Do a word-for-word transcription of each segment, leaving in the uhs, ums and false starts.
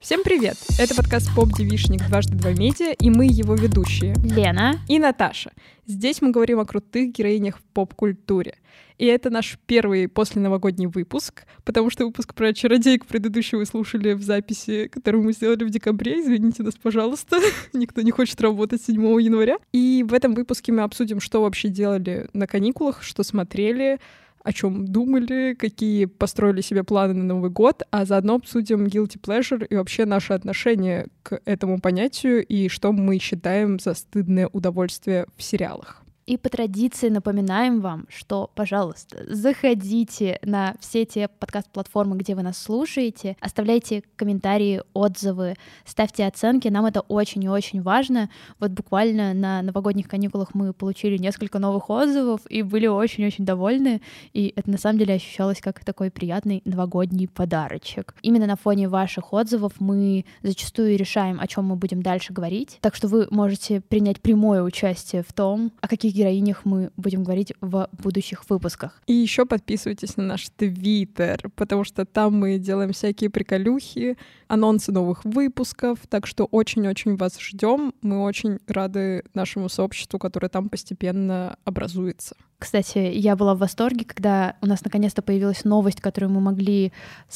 Всем привет! Это подкаст «Поп-девишник дважды два медиа», и мы его ведущие Лена и Наташа. Здесь мы говорим о крутых героинях в поп-культуре. И это наш первый посленовогодний выпуск, потому что выпуск про чародейку предыдущий вы слушали в записи, которую мы сделали в декабре. Извините нас, пожалуйста. Никто не хочет работать седьмого января. И в этом выпуске мы обсудим, что вообще делали на каникулах, что смотрели, о чем думали, какие построили себе планы на Новый год, а заодно обсудим guilty pleasure и вообще наше отношение к этому понятию и что мы считаем за стыдное удовольствие в сериалах. И по традиции напоминаем вам, что, пожалуйста, заходите на все те подкаст-платформы, где вы нас слушаете, оставляйте комментарии, отзывы, ставьте оценки, нам это очень и очень важно. Вот буквально на новогодних каникулах мы получили несколько новых отзывов и были очень-очень довольны, и это на самом деле ощущалось как такой приятный новогодний подарочек. Именно на фоне ваших отзывов мы зачастую решаем, о чем мы будем дальше говорить, так что вы можете принять прямое участие в том, о каких героинях мы будем говорить в будущих выпусках. И еще подписывайтесь на наш Твиттер, потому что там мы делаем всякие приколюхи, анонсы новых выпусков, так что очень-очень вас ждем. Мы очень рады нашему сообществу, которое там постепенно образуется. Кстати, я была в восторге, когда у нас наконец-то появилась новость, которую мы могли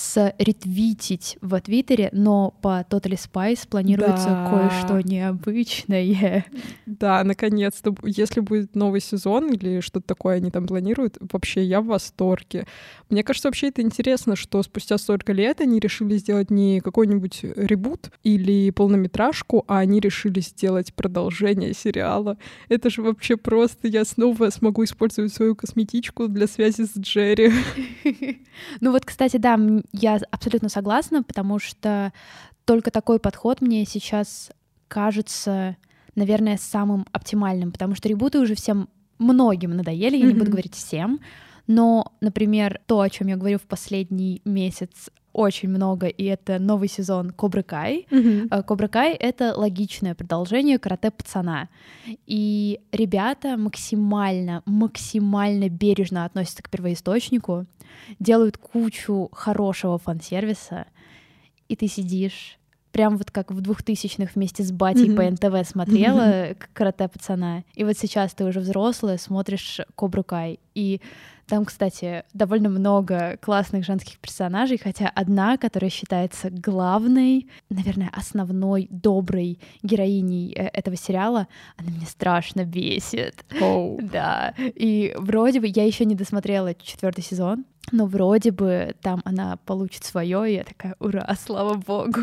сретвитить в Твиттере, но по Totally Spice планируется да. кое-что необычное. Да, наконец-то. Если будет новый сезон или что-то такое они там планируют, вообще я в восторге. Мне кажется, вообще это интересно, что спустя столько лет они решили сделать не какой-нибудь ребут или полнометражку, а они решили сделать продолжение сериала. Это же вообще просто я снова смогу использовать свою косметичку для связи с Джерри. Ну вот, кстати, да, я абсолютно согласна, потому что только такой подход мне сейчас кажется, наверное, самым оптимальным, потому что ребуты уже всем многим надоели, я mm-hmm. не буду говорить всем, но, например, то, о чем я говорю в последний месяц очень много, и это новый сезон Кобры Кай. Mm-hmm. Кобра Кай — это логичное продолжение карате пацана. И ребята максимально, максимально бережно относятся к первоисточнику, делают кучу хорошего фан-сервиса, и ты сидишь, прям вот как в двухтысячных вместе с батей mm-hmm. по эн тэ вэ смотрела mm-hmm. карате пацана, и вот сейчас ты уже взрослая, смотришь Кобру Кай, и там, кстати, довольно много классных женских персонажей, хотя одна, которая считается главной, наверное, основной доброй героиней этого сериала, она меня страшно бесит. Oh. Да. И вроде бы я еще не досмотрела четвертый сезон, но вроде бы там она получит свое, и я такая: ура, слава богу.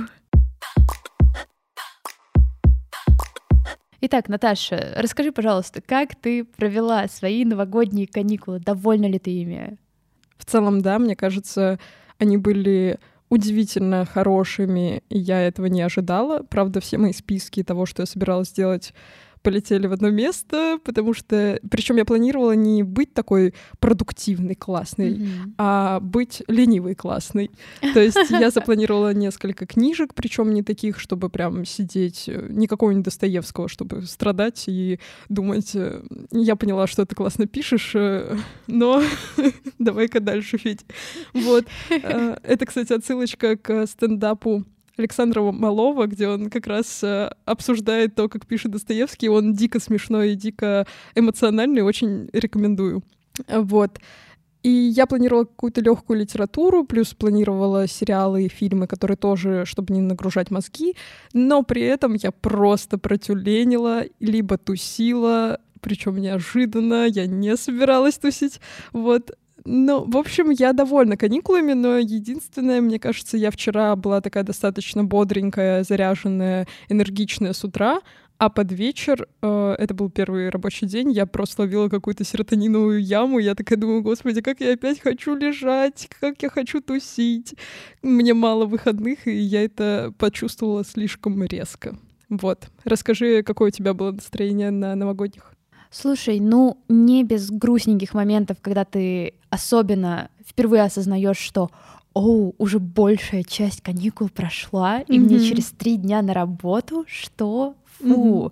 Итак, Наташа, расскажи, пожалуйста, как ты провела свои новогодние каникулы? Довольна ли ты ими? В целом, да, мне кажется, они были удивительно хорошими, и я этого не ожидала. Правда, все мои списки того, что я собиралась сделать, полетели в одно место, потому что... Причем я планировала не быть такой продуктивной, классной, mm-hmm. а быть ленивой, классной. То есть я запланировала несколько книжек, причем не таких, чтобы прям сидеть, не какого-нибудь Достоевского, чтобы страдать и думать, я поняла, что ты классно пишешь, но давай-ка дальше, Федь. Вот. Это, кстати, отсылочка к стендапу Александра Малова, где он как раз э, обсуждает то, как пишет Достоевский. Он дико смешной и дико эмоциональный, очень рекомендую. Вот. И я планировала какую-то легкую литературу, плюс планировала сериалы и фильмы, которые тоже, чтобы не нагружать мозги, но при этом я просто протюленила, либо тусила, причем неожиданно, я не собиралась тусить, вот. Ну, в общем, я довольна каникулами, но единственное, мне кажется, я вчера была такая достаточно бодренькая, заряженная, энергичная с утра, а под вечер, э, это был первый рабочий день, я просто ловила какую-то серотониновую яму, я такая думаю: господи, как я опять хочу лежать, как я хочу тусить. Мне мало выходных, и я это почувствовала слишком резко. Вот. Расскажи, какое у тебя было настроение на новогодних? Слушай, ну не без грустненьких моментов, когда ты особенно впервые осознаешь, что «Оу, уже большая часть каникул прошла, и mm-hmm. мне через три дня на работу? Что? Фу!» mm-hmm.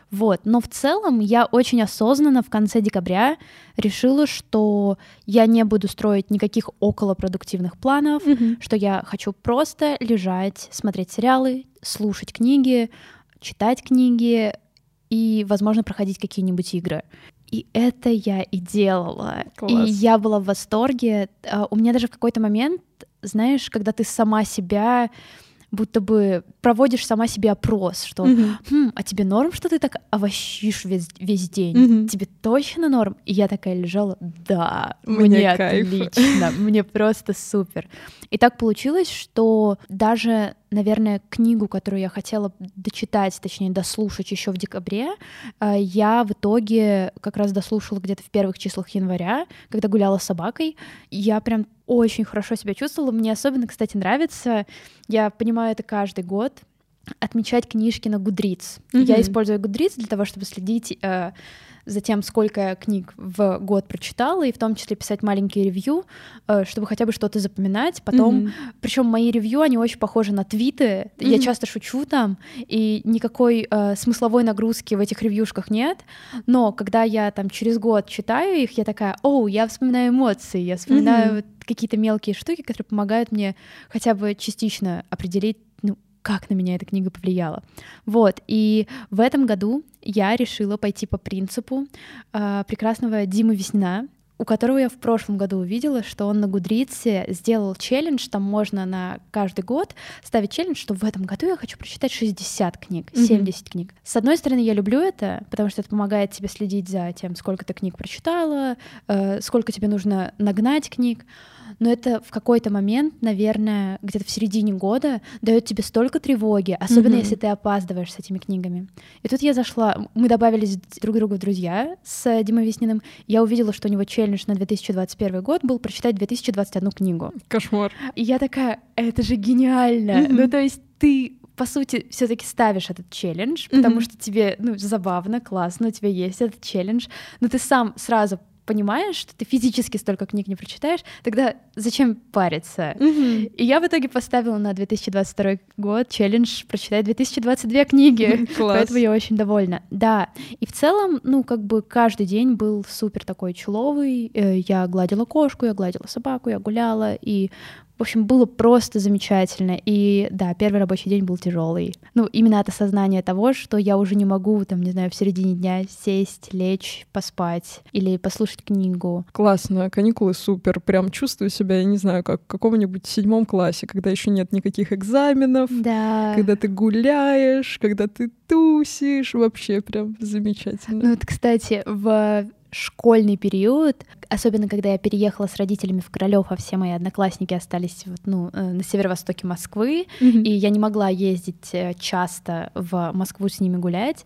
Вот. Но в целом я очень осознанно в конце декабря решила, что я не буду строить никаких околопродуктивных планов, Мгм. что я хочу просто лежать, смотреть сериалы, слушать книги, читать книги и, возможно, проходить какие-нибудь игры. И это я и делала. Класс. И я была в восторге. А, У меня даже в какой-то момент, знаешь, когда ты сама себя будто бы проводишь сама себе опрос, что Мгм. «Хм, а тебе норм, что ты так овощишь весь, весь день? Мгм. Тебе точно норм?» И я такая лежала, да, Мне мне кайф. отлично, мне просто супер. И так получилось, что даже, наверное, книгу, которую я хотела дочитать, точнее, дослушать еще в декабре, э, я в итоге как раз дослушала где-то в первых числах января, когда гуляла с собакой. Я прям очень хорошо себя чувствовала. Мне особенно, кстати, нравится, я понимаю это каждый год, отмечать книжки на Goodreads. Мгм. Я использую Goodreads для того, чтобы следить э, за тем, сколько я книг в год прочитала, и в том числе писать маленькие ревью, э, чтобы хотя бы что-то запоминать. Потом, Мгм. причем мои ревью, они очень похожи на твиты. Я Мгм. часто шучу там, и никакой э, смысловой нагрузки в этих ревьюшках нет. Но когда я там через год читаю их, я такая, оу, я вспоминаю эмоции, я вспоминаю Мгм. вот какие-то мелкие штуки, которые помогают мне хотя бы частично определить, ну, как на меня эта книга повлияла. Вот, и в этом году я решила пойти по принципу э, прекрасного Димы Веснина, у которого я в прошлом году увидела, что он на Гудридсе сделал челлендж, там можно на каждый год ставить челлендж, что в этом году я хочу прочитать шестьдесят книг, Мгм. семьдесят книг. С одной стороны, я люблю это, потому что это помогает тебе следить за тем, сколько ты книг прочитала, э, сколько тебе нужно нагнать книг, но это в какой-то момент, наверное, где-то в середине года дает тебе столько тревоги, особенно Мгм. если ты опаздываешь с этими книгами. И тут я зашла, мы добавились друг другу в друзья с Димой Весниным, я увидела, что у него челлендж на две тысячи двадцать первый год был прочитать две тысячи двадцать одну книгу. Кошмар. И я такая, это же гениально! Мгм. Ну, то есть ты, по сути, все-таки ставишь этот челлендж, потому Мгм. что тебе, ну, забавно, классно, у тебя есть этот челлендж, но ты сам сразу понимаешь, что ты физически столько книг не прочитаешь, тогда зачем париться? Мгм. И я в итоге поставила на две тысячи двадцать второй год челлендж прочитать две тысячи двадцать две книги, Класс. поэтому я очень довольна. Да, и в целом, ну, как бы каждый день был супер такой чуловый. Э, Я гладила кошку, я гладила собаку, я гуляла, и в общем, было просто замечательно. И да, первый рабочий день был тяжелый. Ну, именно от осознания того, что я уже не могу, там, не знаю, в середине дня сесть, лечь, поспать или послушать книгу. Классно, каникулы супер. Прям чувствую себя, я не знаю, как в каком-нибудь седьмом классе, когда еще нет никаких экзаменов, Да. когда ты гуляешь, когда ты тусишь. Вообще прям замечательно. Ну вот, кстати, в школьный период, особенно когда я переехала с родителями в Королёв, а все мои одноклассники остались вот, ну, э, на северо-востоке Москвы, Мгм. и я не могла ездить э, часто в Москву с ними гулять,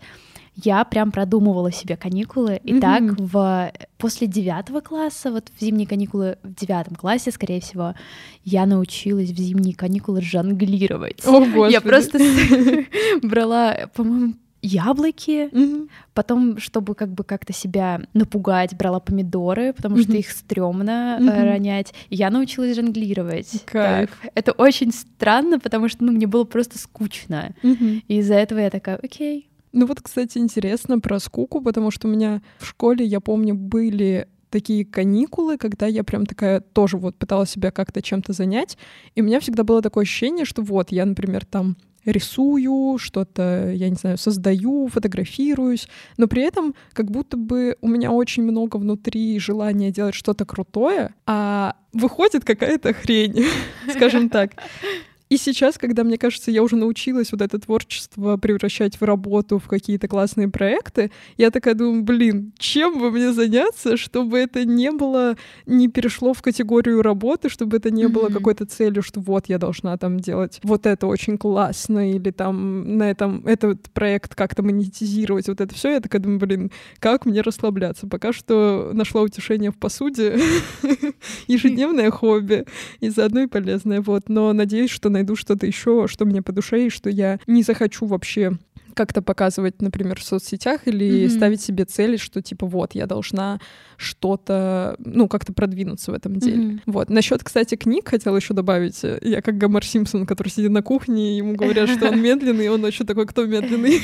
я прям продумывала себе каникулы. И Мгм. так в... после девятого класса, вот в зимние каникулы в девятом классе, скорее всего, я научилась в зимние каникулы жонглировать. О, господи. Я просто брала, по-моему, яблоки, Мгм. потом, чтобы как бы как-то себя напугать, брала помидоры, потому что Мгм. их стрёмно Мгм. э, ронять. И я научилась жонглировать. Кайф. Так. Это очень странно, потому что ну, мне было просто скучно. Мгм. И из-за этого я такая, окей. Ну вот, кстати, интересно про скуку, потому что у меня в школе, я помню, были такие каникулы, когда я прям такая тоже вот пыталась себя как-то чем-то занять, и у меня всегда было такое ощущение, что вот я, например, там рисую, что-то, я не знаю, создаю, фотографируюсь, но при этом как будто бы у меня очень много внутри желания делать что-то крутое, а выходит какая-то хрень, скажем так. И сейчас, когда, мне кажется, я уже научилась вот это творчество превращать в работу, в какие-то классные проекты, я такая думаю, блин, чем бы мне заняться, чтобы это не было, не перешло в категорию работы, чтобы это не было Мгм. какой-то целью, что вот я должна там делать вот это очень классно, или там на этом этот проект как-то монетизировать, вот это все. Я такая думаю, блин, как мне расслабляться? Пока что нашла утешение в посуде, ежедневное хобби, и заодно и полезное, вот. Но надеюсь, что найду что-то еще, что мне по душе, и что я не захочу вообще как-то показывать, например, в соцсетях или Mm-hmm. ставить себе цели, что типа вот, я должна что-то, ну, как-то продвинуться в этом деле. Mm-hmm. Вот. Насчет, кстати, книг хотела еще добавить. Я как Гомер Симпсон, который сидит на кухне, и ему говорят, что он медленный, и он еще такой, кто медленный?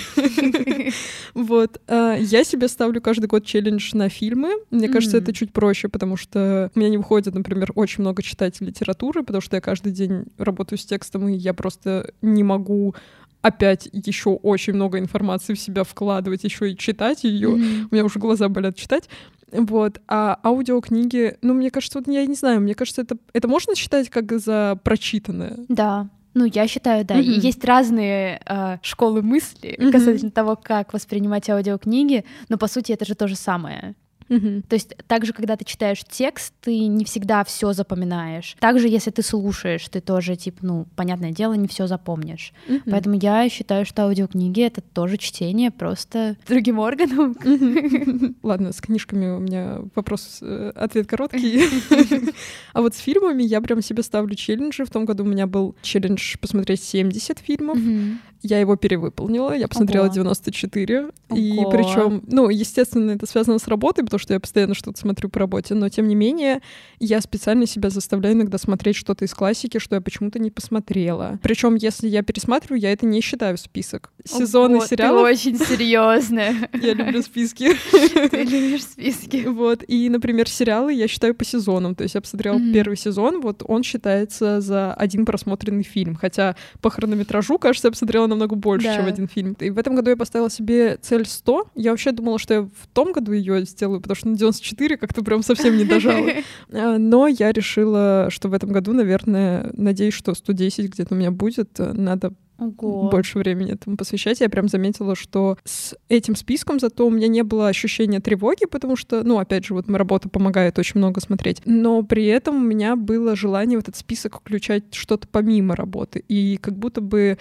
Вот. Я себе ставлю каждый год челлендж на фильмы. Мне кажется, это чуть проще, потому что у меня не выходит, например, очень много читать литературы, потому что я каждый день работаю с текстом, и я просто не могу опять еще очень много информации в себя вкладывать, еще и читать ее. Mm-hmm. У меня уже глаза болят читать. Вот. А аудиокниги, ну, мне кажется, вот я не знаю, мне кажется, это, это можно считать как за прочитанное? Да. Ну, я считаю, да. Mm-hmm. И есть разные э, школы мысли mm-hmm. касательно того, как воспринимать аудиокниги, но, по сути, это же то же самое. Mm-hmm. То есть также, когда ты читаешь текст, ты не всегда все запоминаешь. Также, если ты слушаешь, ты тоже, типа, ну, понятное дело, не все запомнишь. Mm-hmm. Поэтому я считаю, что аудиокниги — это тоже чтение, просто другим органом. Mm-hmm. Ладно, с книжками у меня вопрос, ответ короткий. А вот с фильмами я прям себе ставлю челленджи. В том году у меня был челлендж посмотреть семьдесят фильмов. Я его перевыполнила, я посмотрела Ого. девяносто четыре. Ого. И причем, ну, естественно, это связано с работой, потому что я постоянно что-то смотрю по работе, но тем не менее я специально себя заставляю иногда смотреть что-то из классики, что я почему-то не посмотрела. Причем, если я пересматриваю, я это не считаю в список. Сезоны Ого, сериалов. Ты очень серьезная. Я люблю списки. Ты любишь списки. Вот. И, например, сериалы я считаю по сезонам. То есть я посмотрела первый сезон, вот он считается за один просмотренный фильм. Хотя по хронометражу, кажется, я посмотрела намного больше, да. чем один фильм. И в этом году я поставила себе цель сто. Я вообще думала, что я в том году ее сделаю, потому что на девяносто четыре как-то прям совсем не дожала. Но я решила, что в этом году, наверное, надеюсь, что сто десять где-то у меня будет. Надо Ого. больше времени этому посвящать. Я прям заметила, что с этим списком зато у меня не было ощущения тревоги, потому что, ну, опять же, вот моя работа помогает очень много смотреть. Но при этом у меня было желание в этот список включать что-то помимо работы. И как будто бы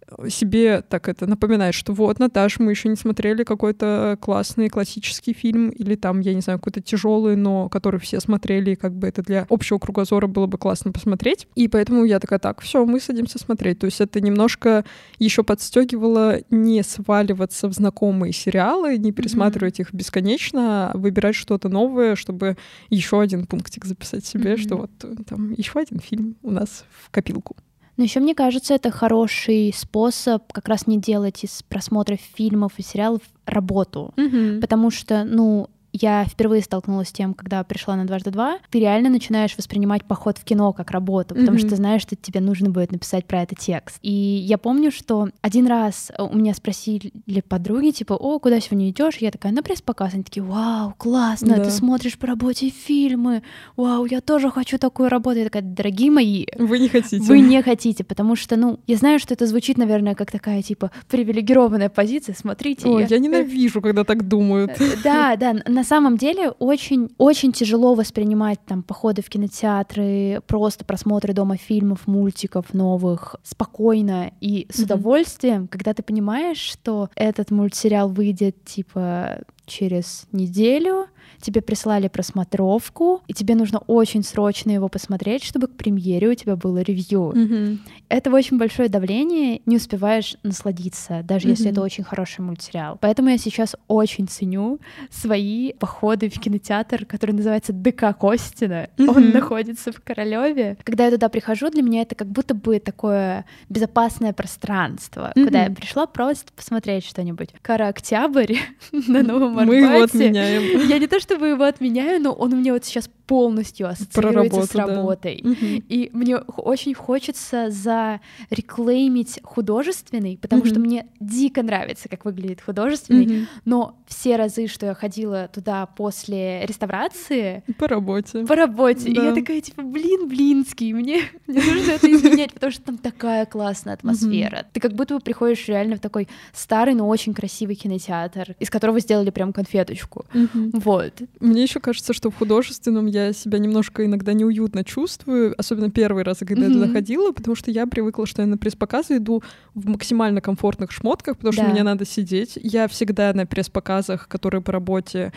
себе так это напоминает, что вот, Наташ, мы еще не смотрели какой-то классный классический фильм или там, я не знаю, какой-то тяжелый, но который все смотрели, и как бы это для общего кругозора было бы классно посмотреть. И поэтому я такая, так, все, мы садимся смотреть. То есть это немножко еще подстегивало не сваливаться в знакомые сериалы, не пересматривать mm-hmm. их бесконечно, а выбирать что-то новое, чтобы еще один пунктик записать себе, mm-hmm. что вот там еще один фильм у нас в копилку. Но еще мне кажется, это хороший способ как раз не делать из просмотра фильмов и сериалов работу, mm-hmm. потому что, ну, я впервые столкнулась с тем, когда пришла на дважды два, ты реально начинаешь воспринимать поход в кино как работу, потому mm-hmm. что ты знаешь, что тебе нужно будет написать про это текст. И я помню, что один раз у меня спросили подруги, типа, о, куда сегодня идешь? Я такая, на пресс-показ. Они такие, вау, классно, да. ты смотришь по работе фильмы, вау, я тоже хочу такую работу. Я такая, дорогие мои, вы не хотите. Вы не хотите, потому что, ну, я знаю, что это звучит, наверное, как такая, типа, привилегированная позиция, смотрите. Ой, я, я ненавижу, когда так думают. Да, да, на самом деле очень, очень тяжело воспринимать там походы в кинотеатры, просто просмотры дома фильмов, мультиков новых спокойно и с mm-hmm. удовольствием, когда ты понимаешь, что этот мультсериал выйдет типа через неделю, тебе прислали просмотровку, и тебе нужно очень срочно его посмотреть, чтобы к премьере у тебя было ревью. Mm-hmm. Это очень большое давление, не успеваешь насладиться, даже mm-hmm. если это очень хороший мультсериал. Поэтому я сейчас очень ценю свои походы в кинотеатр, который называется ДК Костина. Mm-hmm. Он находится в Королёве. Когда я туда прихожу, для меня это как будто бы такое безопасное пространство, mm-hmm. куда я пришла просто посмотреть что-нибудь. Кара Октябрь на Новом Арбате. Мы его отменяем. Я не то чтобы его отменяю, но он у меня вот сейчас полностью ассоциируется работу, с работой. Да. И мне очень хочется зареклеймить художественный, потому mm-hmm. что мне дико нравится, как выглядит художественный, mm-hmm. но все разы, что я ходила туда после реставрации... По работе. По работе. Да. И я такая, типа, блин, блинский, мне, мне нужно это изменять, потому что там такая классная атмосфера. Mm-hmm. Ты как будто бы приходишь реально в такой старый, но очень красивый кинотеатр, из которого сделали прям конфеточку. Mm-hmm. Вот. Мне еще кажется, что в художественном я себя немножко иногда неуютно чувствую, особенно первые разы, когда mm-hmm. я туда ходила, потому что я привыкла, что я на пресс-показы иду в максимально комфортных шмотках, потому что да. мне надо сидеть. Я всегда на пресс-показах, которые по работе,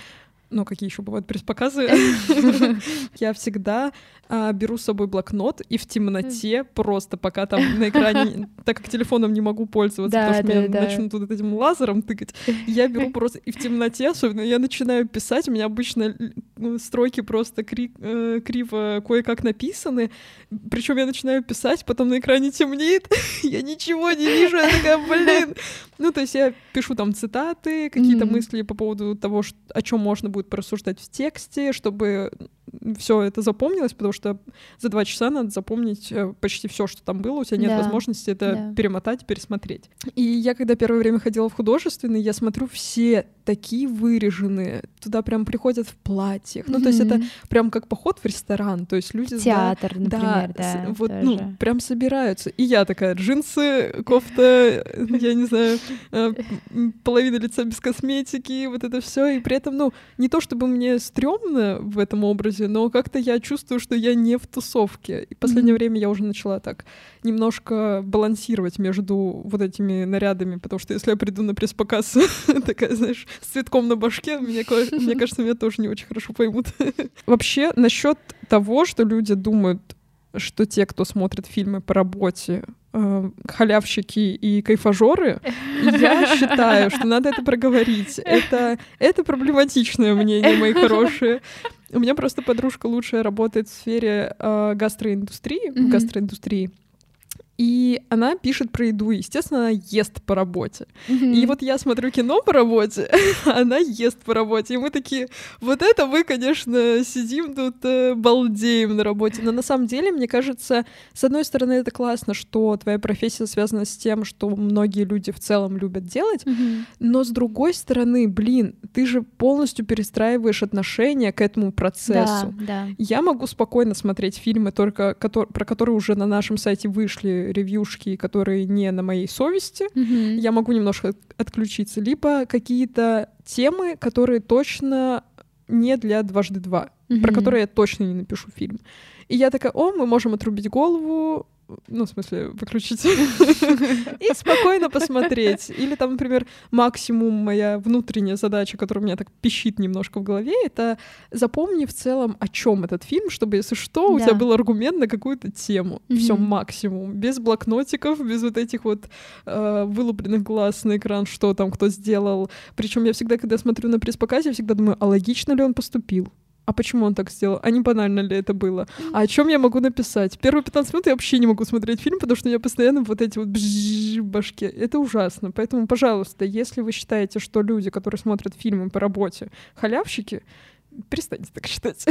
ну, какие еще бывают пресс-показы, я всегда а, беру с собой блокнот и в темноте просто пока там на экране, так как телефоном не могу пользоваться, Да, потому что да, меня да. начнут вот этим лазером тыкать, я беру просто и в темноте, особенно я начинаю писать, у меня обычно ну, строки просто кри- э, криво кое-как написаны, причем я начинаю писать, потом на экране темнеет, я ничего не вижу, я такая, блин. Ну, то есть я пишу там цитаты, какие-то Мгм. мысли по поводу того, ш- о чем можно будет порассуждать в тексте, чтобы все это запомнилось, потому что за два часа надо запомнить э, почти все, что там было, у тебя нет Да, возможности это да. перемотать, пересмотреть. И я, когда первое время ходила в художественный, я смотрю, все такие выреженные, туда прям приходят в платьях. Ну, то есть это Мгм. прям как поход в ресторан, то есть люди... да, Театр, например, да, с- вот, тоже. ну, прям собираются. И я такая, джинсы, кофта, я не знаю, э, м, половина лица без косметики, вот это все. И при этом, ну, не то чтобы мне стрёмно в этом образе, но как-то я чувствую, что я не в тусовке. И в последнее Мгм. время я уже начала так немножко балансировать между вот этими нарядами, потому что если я приду на пресс-показ такая, знаешь, с цветком на башке, мне, ко- мне кажется, меня тоже не очень хорошо поймут. Вообще, насчет того, что люди думают, что те, кто смотрит фильмы по работе, э, халявщики и кайфажоры, я считаю, что надо это проговорить. Это, это проблематичное мнение, мои хорошие. У меня просто подружка лучшая работает в сфере э, гастроиндустрии, в Мгм. гастроиндустрии. И она пишет про еду, естественно, она ест по работе. Мгм. И вот я смотрю кино по работе, а она ест по работе. И мы такие, вот это мы, конечно, сидим тут, э, балдеем на работе. Но на самом деле, мне кажется, с одной стороны, это классно, что твоя профессия связана с тем, что многие люди в целом любят делать, Мгм. но с другой стороны, блин, ты же полностью перестраиваешь отношение к этому процессу. Да, да. Я могу спокойно смотреть фильмы, только котор- про которые уже на нашем сайте вышли ревьюшки, которые не на моей совести. Мгм. Я могу немножко отключиться. Либо какие-то темы, которые точно не для дважды два, Мгм. про которые я точно не напишу фильм. И я такая, о, мы можем отрубить голову, ну, в смысле, выключить, и спокойно посмотреть. Или там, например, максимум моя внутренняя задача, которая у меня так пищит немножко в голове, это запомни в целом, о чем этот фильм, чтобы, если что, у Да. тебя был аргумент на какую-то тему. Все Мгм. максимум. Без блокнотиков, без вот этих вот э, вылупленных глаз на экран, что там кто сделал. Причем я всегда, когда смотрю на пресс-показе, я всегда думаю, а логично ли он поступил? А почему он так сделал? А не банально ли это было? А о чем я могу написать? Первые пятнадцать минут я вообще не могу смотреть фильм, потому что у меня постоянно вот эти вот бжжж в башке. Это ужасно. Поэтому, пожалуйста, если вы считаете, что люди, которые смотрят фильмы по работе, халявщики, перестаньте так считать.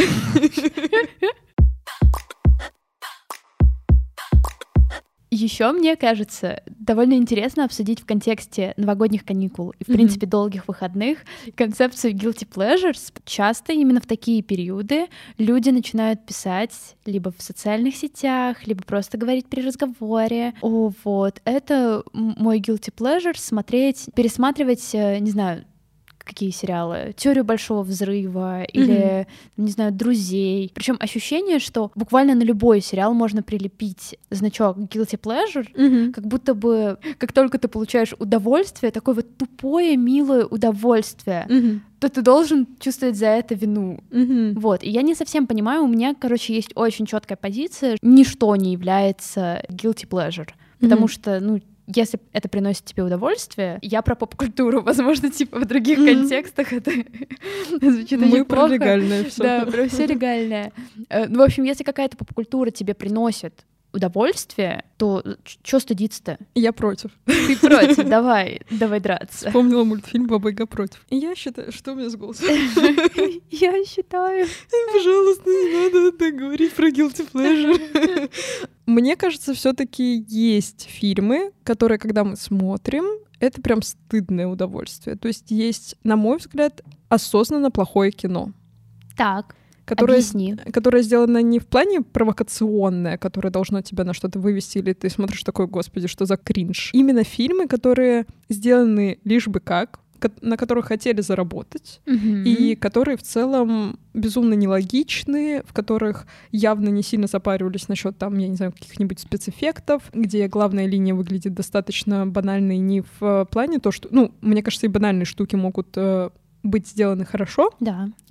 Еще, мне кажется, довольно интересно обсудить в контексте новогодних каникул и, в Мгм. принципе, долгих выходных концепцию guilty pleasures. Часто именно в такие периоды люди начинают писать либо в социальных сетях, либо просто говорить при разговоре. О, вот, это м- мой guilty pleasure — смотреть, пересматривать, э, не знаю, какие сериалы, «Теорию большого взрыва» или, не знаю, «Друзей». Причем ощущение, что буквально на любой сериал можно прилепить значок guilty pleasure, Мгм. как будто бы, как только ты получаешь удовольствие, такое вот тупое, милое удовольствие, Мгм. то ты должен чувствовать за это вину. Мгм. Вот, и я не совсем понимаю, у меня, короче, есть очень четкая позиция, ничто не является guilty pleasure, потому Мгм. что, ну, если это приносит тебе удовольствие, я про поп-культуру, возможно, типа в других Мгм. контекстах это звучит Мы очень про плохо. легальное всё. Да, про все легальное. Э, Ну, в общем, если какая-то поп-культура тебе приносит удовольствие, то что стыдиться-то? Я против. Ты против, давай, давай драться. Вспомнила мультфильм «Баба Яга против». И я считаю, что у меня с голосом? Я считаю. Пожалуйста, не надо так говорить про guilty pleasure. Мне кажется, все-таки есть фильмы, которые, когда мы смотрим, это прям стыдное удовольствие. То есть есть, на мой взгляд, осознанно плохое кино, Так, которое, объясни. которое сделано не в плане провокационное, которое должно тебя на что-то вывести, или ты смотришь такой, господи, что за кринж. Именно фильмы, которые сделаны лишь бы как, ко- на которых хотели заработать, Мгм. и которые в целом безумно нелогичны, в которых явно не сильно запаривались насчет там, я не знаю, каких-нибудь спецэффектов, где главная линия выглядит достаточно банальной не в э, плане то, что... Ну, мне кажется, и банальные штуки могут э, быть сделаны хорошо, Да.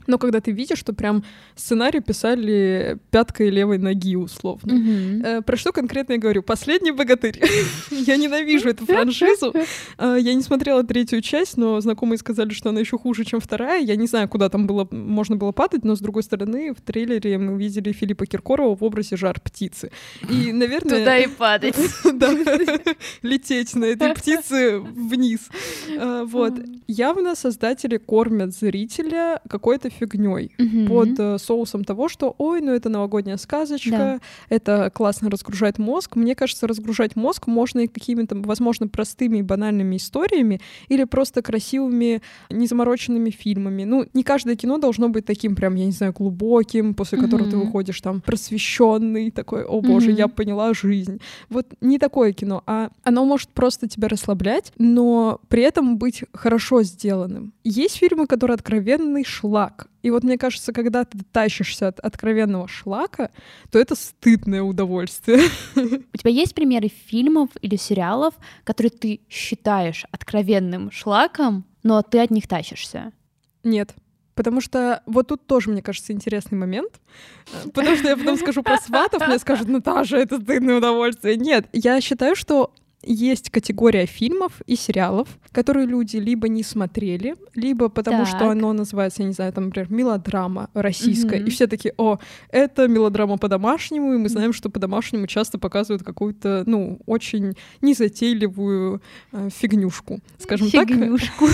Но когда ты видишь, что прям сценарий писали пяткой левой ноги, условно. Мгм. Э, Про что конкретно я говорю? «Последний богатырь». Я ненавижу эту франшизу. Э, Я не смотрела третью часть, но знакомые сказали, что она еще хуже, чем вторая. Я не знаю, куда там было, можно было падать, но, с другой стороны, в трейлере мы видели Филиппа Киркорова в образе жар-птицы. И, наверное... Туда и падать. Да, лететь на этой птице вниз. Э, Вот. Явно создатели кормят зрителя какой-то фигней Мгм. под э, соусом того, что ой, ну это новогодняя сказочка, Да. это классно разгружает мозг. Мне кажется, разгружать мозг можно и какими-то, возможно, простыми и банальными историями или просто красивыми, незамороченными фильмами. Ну, не каждое кино должно быть таким прям, я не знаю, глубоким, после которого ты Мгм. выходишь там просвещенный, такой, о боже, Мгм. я поняла жизнь. Вот не такое кино, а оно может просто тебя расслаблять, но при этом быть хорошо сделанным. Есть фильмы, которые откровенный шлак. И вот мне кажется, когда ты тащишься от откровенного шлака, то это стыдное удовольствие. У тебя есть примеры фильмов или сериалов, которые ты считаешь откровенным шлаком, но ты от них тащишься? Нет. Потому что вот тут тоже, мне кажется, интересный момент. Э, Потому что я потом скажу про «Сватов», мне скажут: «Наташа, это стыдное удовольствие». Нет, я считаю, что есть категория фильмов и сериалов, которые люди либо не смотрели, либо потому Так. что оно называется, я не знаю, там, например, мелодрама российская, Мгм. и все такие: о, это мелодрама по-домашнему, и мы знаем, что по-домашнему часто показывают какую-то, ну, очень незатейливую э, фигнюшку, скажем так. Фигнюшку.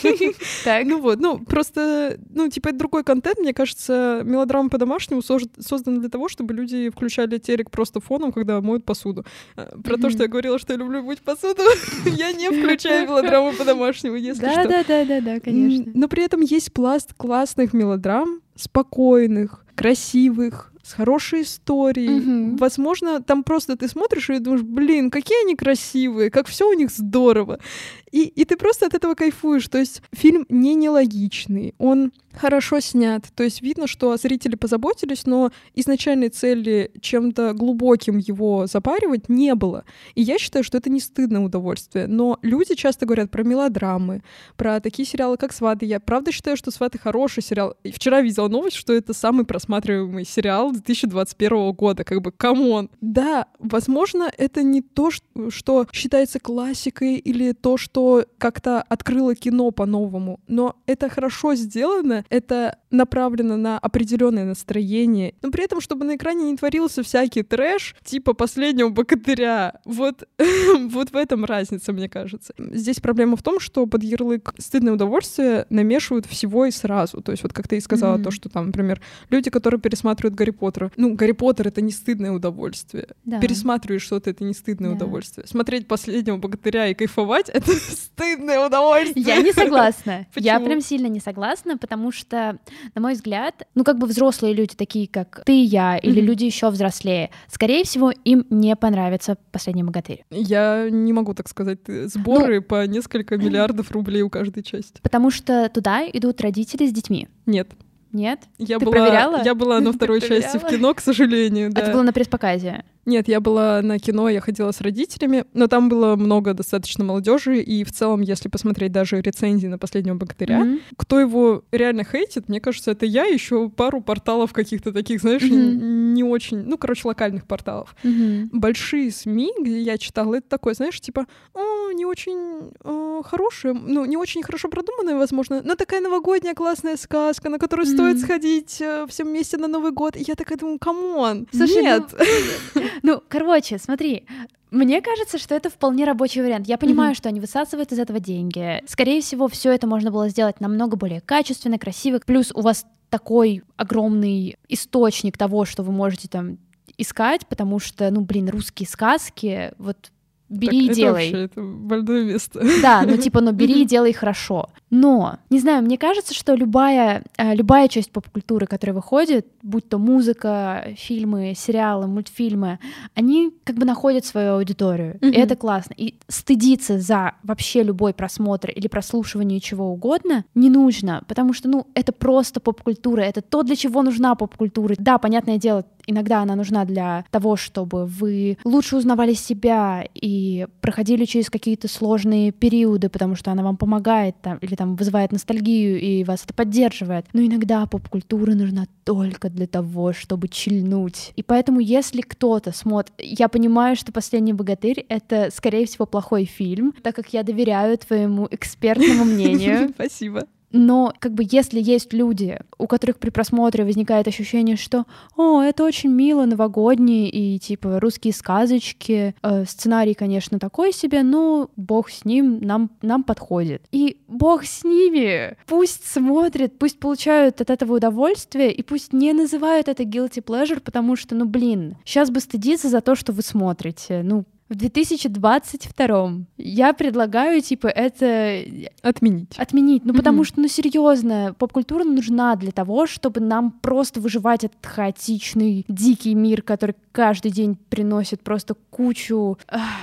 Так. Ну вот, ну просто, ну типа это другой контент, мне кажется, мелодрама по-домашнему сож- создана для того, чтобы люди включали телек просто фоном, когда моют посуду. Э, Про то, Мгм. что я говорила, что я люблю мыть посуду, я не включаю мелодраму по-домашнему, если Да, что. да, да, да, да, конечно. М, Но при этом есть пласт классных мелодрам, спокойных, красивых, с хорошей историей. Мгм. Возможно, там просто ты смотришь и думаешь: блин, какие они красивые, как все у них здорово. И, и ты просто от этого кайфуешь. То есть фильм не нелогичный, он хорошо снят. То есть видно, что зрители позаботились, но изначальной цели чем-то глубоким его запаривать не было. И я считаю, что это не стыдное удовольствие. Но люди часто говорят про мелодрамы, про такие сериалы, как «Сваты». Я правда считаю, что «Сваты» хороший сериал. И вчера видела новость, что это самый просматриваемый сериал две тысячи двадцать первого года. Как бы, камон. Да, возможно, это не то, ш- что считается классикой или то, что как-то открыло кино по-новому, но это хорошо сделано, это направлено на определенное настроение, но при этом, чтобы на экране не творился всякий трэш, типа «Последнего богатыря». Вот, вот в этом разница, мне кажется. Здесь проблема в том, что под ярлык «стыдное удовольствие» намешивают всего и сразу. То есть вот как ты и сказала, Мгм. то, что там, например, люди, которые пересматривают «Гарри Поттера». Ну, «Гарри Поттер» — это не стыдное удовольствие. Да. Пересматриваешь что-то — это не стыдное Да. удовольствие. Смотреть «Последнего богатыря» и кайфовать — это стыдное удовольствие. Я не согласна. Я Почему? прям сильно не согласна, потому что, на мой взгляд, ну как бы взрослые люди, такие как ты и я, или Мгм. люди еще взрослее, скорее всего, им не понравится «Последний богатырь». Я не могу так сказать. Ты- Сборы по несколько миллиардов рублей у каждой части. Потому что туда идут родители с детьми. Нет. Нет? Я Ты была, проверяла? я была на Ты второй части в проверяла? кино, к сожалению. Да. Это было на пресс-показе. Нет, я была на кино, я ходила с родителями, но там было много достаточно молодежи, и в целом, если посмотреть даже рецензии на «Последнего богатыря», Мгм. кто его реально хейтит, мне кажется, это я, еще пару порталов каких-то таких, знаешь, Мгм. н- не очень, ну, короче, локальных порталов. Мгм. Большие СМИ, где я читала, это такое, знаешь, типа, «О, не очень э, хорошая, ну, не очень хорошо продуманная, возможно, но такая новогодняя классная сказка, на которую стоит Мгм. сходить э, всем вместе на Новый год». И я такая думаю: камон, Слушай, нет. Ну, короче, смотри, мне кажется, что это вполне рабочий вариант. Я понимаю, Мгм. что они высасывают из этого деньги. Скорее всего, все это можно было сделать намного более качественно, красиво. Плюс у вас такой огромный источник того, что вы можете там искать, потому что, ну, блин, русские сказки, вот бери Так, и это делай. вообще, это больное место. Да, ну типа, ну бери и делай хорошо. Но, не знаю, мне кажется, что любая, э, любая часть поп-культуры, которая выходит, будь то музыка, фильмы, сериалы, мультфильмы, они как бы находят свою аудиторию. Мгм. И это классно. И стыдиться за вообще любой просмотр или прослушивание чего угодно не нужно, потому что, ну, это просто поп-культура, это то, для чего нужна поп-культура. Да, понятное дело, иногда она нужна для того, чтобы вы лучше узнавали себя и и проходили через какие-то сложные периоды, потому что она вам помогает там, или там вызывает ностальгию, и вас это поддерживает. Но иногда поп-культура нужна только для того, чтобы чильнуть. И поэтому, если кто-то смотрит... Я понимаю, что «Последний богатырь» — это, скорее всего, плохой фильм, так как я доверяю твоему экспертному мнению. Спасибо. Но как бы если есть люди, у которых при просмотре возникает ощущение, что «О, это очень мило, новогодние и типа русские сказочки», э, сценарий, конечно, такой себе, но бог с ним, нам, нам подходит. И бог с ними! Пусть смотрят, пусть получают от этого удовольствие, и пусть не называют это guilty pleasure, потому что, ну блин, сейчас бы стыдиться за то, что вы смотрите. Ну, в две тысячи двадцать втором я предлагаю, типа, это... Отменить. Отменить. Ну, mm-hmm. потому что, ну, серьезно, поп-культура нужна для того, чтобы нам просто выживать этот хаотичный, дикий мир, который каждый день приносит просто кучу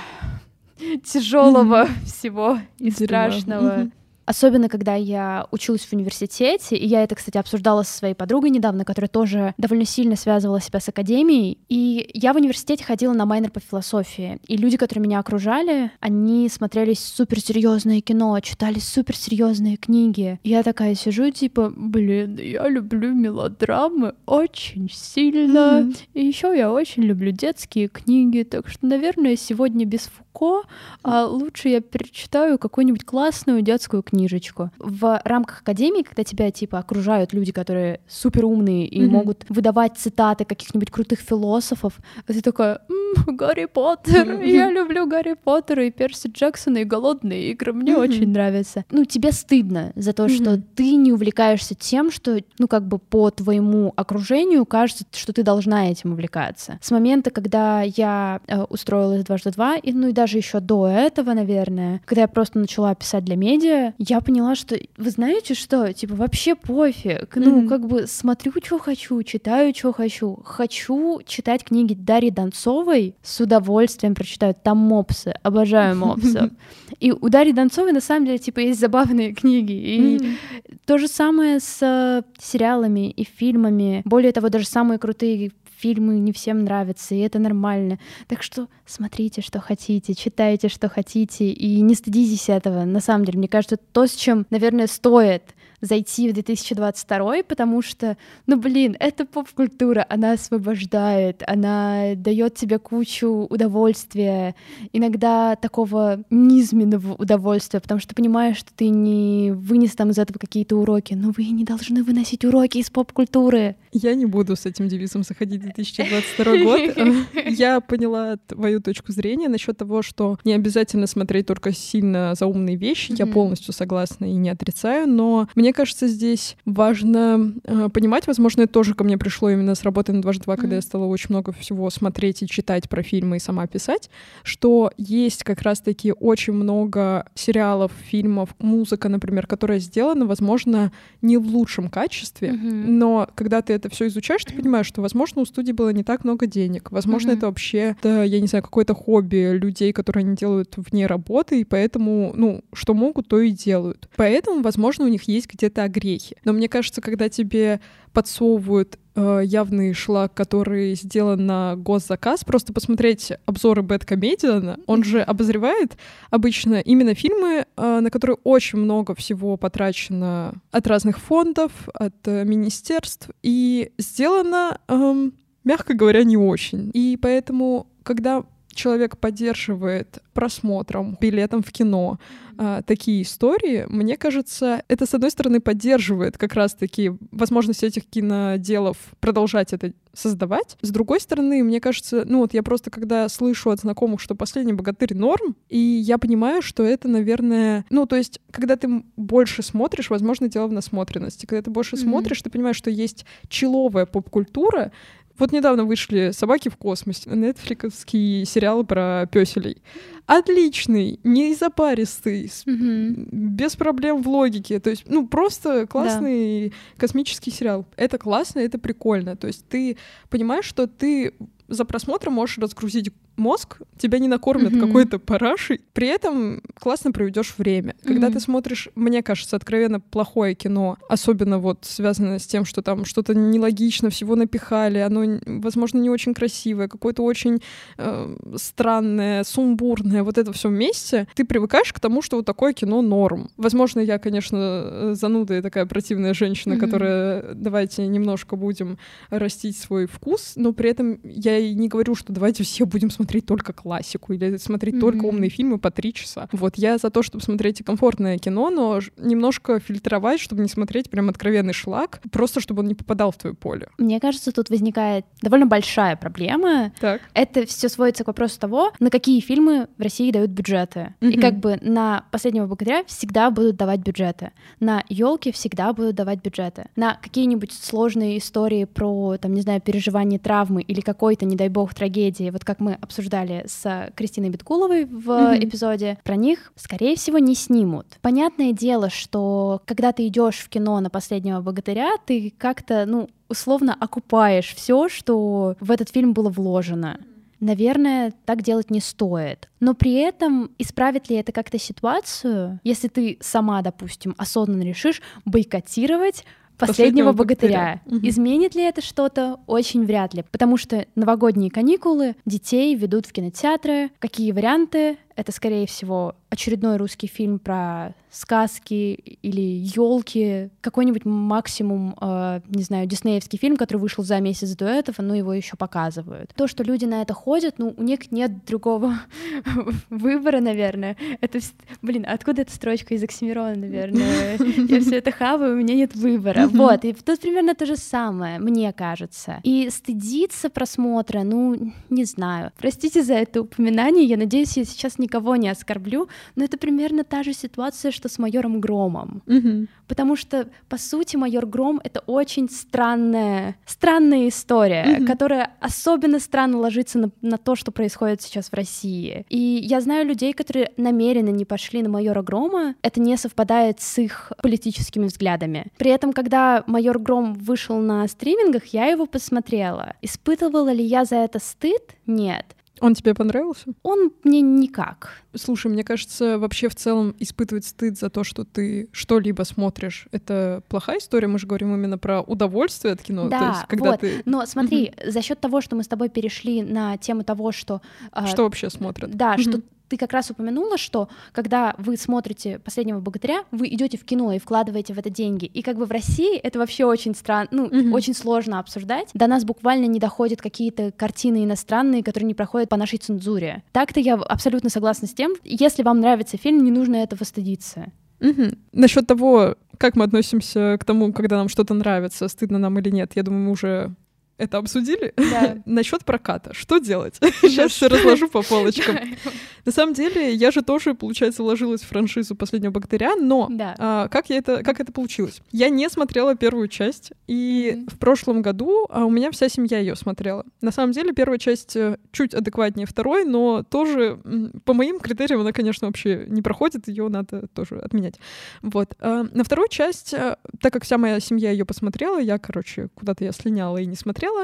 тяжелого mm-hmm. всего и Дерьма. страшного. Mm-hmm. Особенно, когда я училась в университете, и я это, кстати, обсуждала со своей подругой недавно, которая тоже довольно сильно связывала себя с академией. И я в университете ходила на майнер по философии. И люди, которые меня окружали, они смотрели суперсерьезное кино, читали суперсерьезные книги. И я такая сижу, типа, блин, я люблю мелодрамы очень сильно. Mm-hmm. И еще я очень люблю детские книги. Так что, наверное, сегодня без Фуко, а лучше я перечитаю какую-нибудь классную детскую книгу. Книжечку. В рамках академии, когда тебя типа окружают люди, которые супер умные и mm-hmm. могут выдавать цитаты каких-нибудь крутых философов, а ты такая: м-м, Гарри Поттер, mm-hmm. я люблю Гарри Поттера и Перси Джексона и Голодные игры, мне mm-hmm. очень нравится. Ну, тебе стыдно за то, mm-hmm. что ты не увлекаешься тем, что, ну, как бы по твоему окружению кажется, что ты должна этим увлекаться. С момента, когда я э, устроилась дважды два, и, ну, и даже еще до этого, наверное, когда я просто начала писать для медиа, я поняла, что, вы знаете что, типа, вообще пофиг, ну, mm-hmm. как бы смотрю, что хочу, читаю, что хочу. Хочу читать книги Дарьи Донцовой, с удовольствием прочитаю, там мопсы, обожаю мопсов. И у Дарьи Донцовой, на самом деле, типа, есть забавные книги, и mm-hmm. то же самое с сериалами и фильмами, более того, даже самые крутые фильмы не всем нравятся, и это нормально. Так что смотрите, что хотите, читайте, что хотите, и не стыдитесь этого. На самом деле, мне кажется, это то, с чем, наверное, стоит зайти в две тысячи двадцать второй, потому что, ну, блин, это поп-культура, она освобождает, она дает тебе кучу удовольствия, иногда такого низменного удовольствия, потому что ты понимаешь, что ты не вынес там из этого какие-то уроки, но вы не должны выносить уроки из поп-культуры. Я не буду с этим девизом заходить в две тысячи двадцать второй год. Я поняла твою точку зрения насчет того, что не обязательно смотреть только сильно заумные вещи, я полностью согласна и не отрицаю, но мне Мне кажется, здесь важно э, понимать, возможно, это тоже ко мне пришло именно с работы на дважды два, mm-hmm. когда я стала очень много всего смотреть и читать про фильмы и сама писать, что есть как раз-таки очень много сериалов, фильмов, музыка, например, которая сделана, возможно, не в лучшем качестве, mm-hmm. но когда ты это все изучаешь, ты понимаешь, что, возможно, у студии было не так много денег, возможно, mm-hmm. это вообще, это, я не знаю, какое-то хобби людей, которые они делают вне работы, и поэтому, ну, что могут, то и делают. Поэтому, возможно, у них есть где-то огрехи. Но мне кажется, когда тебе подсовывают э, явный шлак, который сделан на госзаказ, просто посмотреть обзоры Бэдкомедиана, он же обозревает обычно именно фильмы, э, на которые очень много всего потрачено от разных фондов, от э, министерств, и сделано, э, мягко говоря, не очень. И поэтому, когда человек поддерживает просмотром, билетом в кино а, такие истории, мне кажется, это, с одной стороны, поддерживает как раз-таки возможность этих киноделов продолжать это создавать. С другой стороны, мне кажется, ну вот я просто когда слышу от знакомых, что «Последний богатырь» норм, и я понимаю, что это, наверное... Ну, то есть, когда ты больше смотришь, возможно, дело в насмотренности. Когда ты больше mm-hmm. смотришь, ты понимаешь, что есть человая поп-культура. Вот недавно вышли «Собаки в космосе», нетфликсовский сериал про пёселей. Отличный, не запаристый, mm-hmm. без проблем в логике. То есть, ну, просто классный да. космический сериал. Это классно, это прикольно. То есть ты понимаешь, что ты за просмотром можешь разгрузить мозг, тебя не накормят Mm-hmm. какой-то парашей, при этом классно проведешь время. Когда Mm-hmm. ты смотришь, мне кажется, откровенно плохое кино, особенно вот связанное с тем, что там что-то нелогично, всего напихали, оно, возможно, не очень красивое, какое-то очень э, странное, сумбурное, вот это все вместе, ты привыкаешь к тому, что вот такое кино норм. Возможно, я, конечно, зануда и такая противная женщина, mm-hmm. которая давайте немножко будем растить свой вкус, но при этом я и не говорю, что давайте все будем смотреть только классику или смотреть mm-hmm. только умные фильмы по три часа. Вот, я за то, чтобы смотреть и комфортное кино, но немножко фильтровать, чтобы не смотреть прям откровенный шлак, просто чтобы он не попадал в твое поле. Мне кажется, тут возникает довольно большая проблема. Так. Это все сводится к вопросу того, на какие фильмы в России дают бюджеты. Mm-hmm. И как бы на «Последнего богатыря» всегда будут давать бюджеты. На «Ёлки» всегда будут давать бюджеты. На какие-нибудь сложные истории про, там, не знаю, переживание травмы или какой-то, не дай бог, трагедии, вот как мы обсуждали с Кристиной Биткуловой в mm-hmm. эпизоде, про них, скорее всего, не снимут. Понятное дело, что когда ты идешь в кино на «Последнего богатыря», ты как-то, ну, условно окупаешь все, что в этот фильм было вложено. Наверное, так делать не стоит. Но при этом исправит ли это как-то ситуацию, если ты сама, допустим, осознанно решишь бойкотировать «Последнего богатыря». Угу. Изменит ли это что-то? Очень вряд ли. Потому что новогодние каникулы детей ведут в кинотеатры. Какие варианты? Это, скорее всего, очередной русский фильм про сказки или елки, какой-нибудь максимум, э, не знаю, диснеевский фильм, который вышел за месяц до этого, но его еще показывают. То, что люди на это ходят, ну, у них нет другого выбора, наверное. Это, блин, откуда эта строчка из Оксимирона, наверное? Я все это хаваю, у меня нет выбора. Вот, и тут примерно то же самое, мне кажется. И стыдиться просмотра, ну, не знаю. Простите за это упоминание, я надеюсь, я сейчас никого не оскорблю, но это примерно та же ситуация, что с «Майором Громом». Mm-hmm. Потому что, по сути, «Майор Гром» — это очень странная, странная история, mm-hmm. которая особенно странно ложится на, на то, что происходит сейчас в России. И я знаю людей, которые намеренно не пошли на «Майора Грома», это не совпадает с их политическими взглядами. При этом, когда «Майор Гром» вышел на стримингах, я его посмотрела. Испытывала ли я за это стыд? Нет. Он тебе понравился? Он мне никак. Слушай, мне кажется, вообще в целом испытывать стыд за то, что ты что-либо смотришь, это плохая история. Мы же говорим именно про удовольствие от кино. Да, то есть, когда вот. ты... Но смотри, угу. за счет того, что мы с тобой перешли на тему того, что... Что э, вообще смотрят? Да, угу. что ты как раз упомянула, что когда вы смотрите «Последнего богатыря», вы идете в кино и вкладываете в это деньги. И как бы в России это вообще очень странно, ну, mm-hmm. очень сложно обсуждать. До нас буквально не доходят какие-то картины иностранные, которые не проходят по нашей цензуре. Так-то я абсолютно согласна с тем, если вам нравится фильм, не нужно этого стыдиться. Mm-hmm. Насчет того, как мы относимся к тому, когда нам что-то нравится, стыдно нам или нет, я думаю, мы уже... это обсудили? Да. Насчет проката. Что делать? Сейчас все разложу по полочкам. На самом деле, я же тоже, получается, вложилась в франшизу «Последнего богатыря», но да. а, как, я это, как это получилось? Я не смотрела первую часть, и mm-hmm. в прошлом году а, у меня вся семья ее смотрела. На самом деле, первая часть чуть адекватнее второй, но тоже, по моим критериям, она, конечно, вообще не проходит, ее надо тоже отменять. Вот. А, на вторую часть, так как вся моя семья ее посмотрела, я, короче, куда-то я слиняла и не смотрела,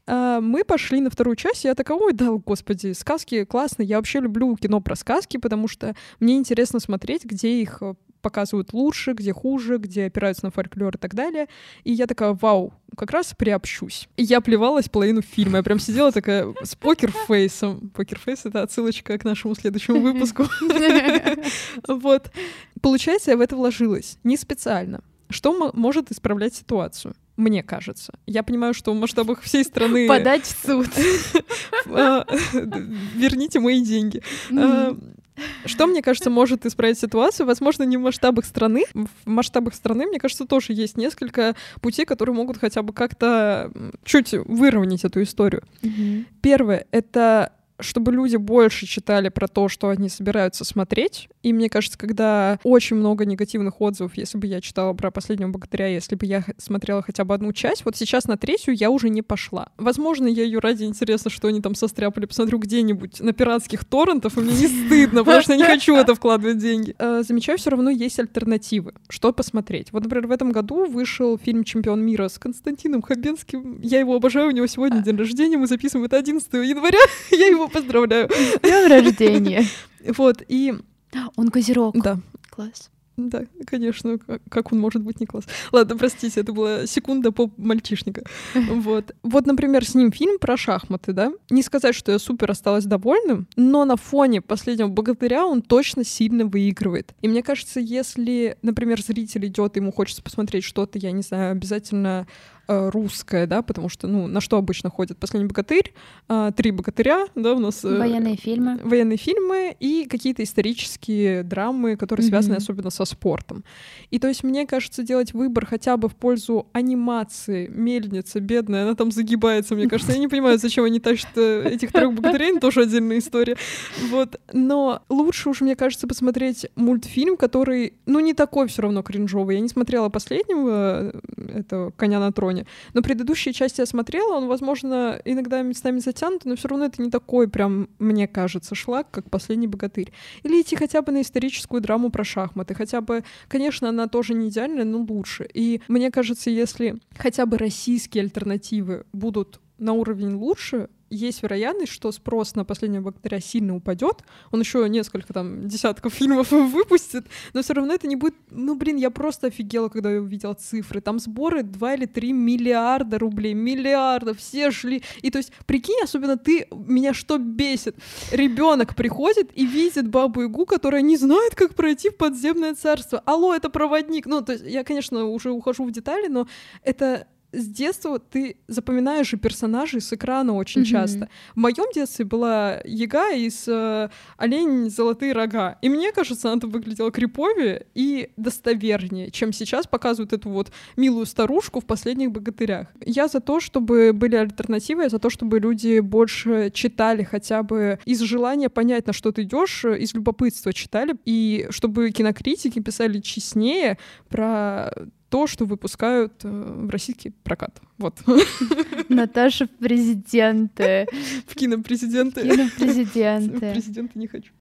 мы пошли на вторую часть, и я такая, ой, да, господи, сказки классно, я вообще люблю кино про сказки, потому что мне интересно смотреть, где их показывают лучше, где хуже, где опираются на фольклор и так далее. И я такая, вау, как раз приобщусь. И я плевалась половину фильма. Я прям сидела такая с покерфейсом. Покерфейс — это отсылочка к нашему следующему выпуску. Вот. Получается, я в это вложилась. Не специально. Что может исправлять ситуацию? Мне кажется. Я понимаю, что в масштабах всей страны... Подать в суд. Верните мои деньги. Что, мне кажется, может исправить ситуацию? Возможно, не в масштабах страны. В масштабах страны, мне кажется, тоже есть несколько путей, которые могут хотя бы как-то чуть выровнять эту историю. Mm-hmm. Первое — это чтобы люди больше читали про то, что они собираются смотреть. И мне кажется, когда очень много негативных отзывов, если бы я читала про «Последнего богатыря», если бы я смотрела хотя бы одну часть, вот сейчас на третью я уже не пошла. Возможно, я ее ради интереса, что они там состряпали, посмотрю где-нибудь на пиратских торрентах, и мне не стыдно, потому что я не хочу в это вкладывать деньги. Замечаю, все равно есть альтернативы. Что посмотреть? Вот, например, в этом году вышел фильм «Чемпион мира» с Константином Хабенским. Я его обожаю, у него сегодня день рождения, мы записываем это одиннадцатого января. Я его Поздравляю. С днём рождения. Вот, и... Он козерог. Да. Класс. Да, конечно, как он может быть не класс. Ладно, простите, это была секунда поп-мальчишника. Вот. Вот, например, с ним фильм про шахматы, да? Не сказать, что я супер осталась довольным, но на фоне «Последнего богатыря» он точно сильно выигрывает. И мне кажется, если, например, зритель идет, ему хочется посмотреть что-то, я не знаю, обязательно русское, да, потому что, ну, на что обычно ходят «Последний богатырь», «Три богатыря», да, у нас... Военные фильмы. Военные фильмы и какие-то исторические драмы, которые mm-hmm. связаны особенно со спортом. И то есть, мне кажется, делать выбор хотя бы в пользу анимации. Мельница, бедная, она там загибается, мне кажется. Я не понимаю, зачем они тащат этих трех богатырей, но тоже отдельная история. Вот. Но лучше уж, мне кажется, посмотреть мультфильм, который, ну, не такой все равно кринжовый. Я не смотрела последнего, это «Коня на троне», но предыдущие части я смотрела, он, возможно, иногда местами затянут, но все равно это не такой прям, мне кажется, шлак, как «Последний богатырь». Или идти хотя бы на историческую драму про шахматы. Хотя бы, конечно, она тоже не идеальная, но лучше. И мне кажется, если хотя бы российские альтернативы будут на уровень лучше, есть вероятность, что спрос на «Последнего богатыря» сильно упадет. Он еще несколько там десятков фильмов выпустит, но все равно это не будет... Ну, блин, я просто офигела, когда я увидела цифры. Там сборы два или три миллиарда рублей. Миллиарда. Все шли. И то есть, прикинь, особенно ты, меня что бесит? Ребенок приходит и видит Бабу-Ягу, которая не знает, как пройти в подземное царство. Алло, это проводник. Ну, то есть, я, конечно, уже ухожу в детали, но это... С детства ты запоминаешь же персонажей с экрана очень mm-hmm. часто. В моем детстве была Яга из э, «Олень. Золотые рога». И мне кажется, она выглядела криповее и достовернее, чем сейчас показывают эту вот милую старушку в «Последних богатырях». Я за то, чтобы были альтернативы, я за то, чтобы люди больше читали хотя бы из желания понять, на что ты идешь, из любопытства читали, и чтобы кинокритики писали честнее про то, что выпускают в российский прокат. Вот. Наташа в президенты. В кинопрезиденты. Кинопрезиденты. В президенты не хочу.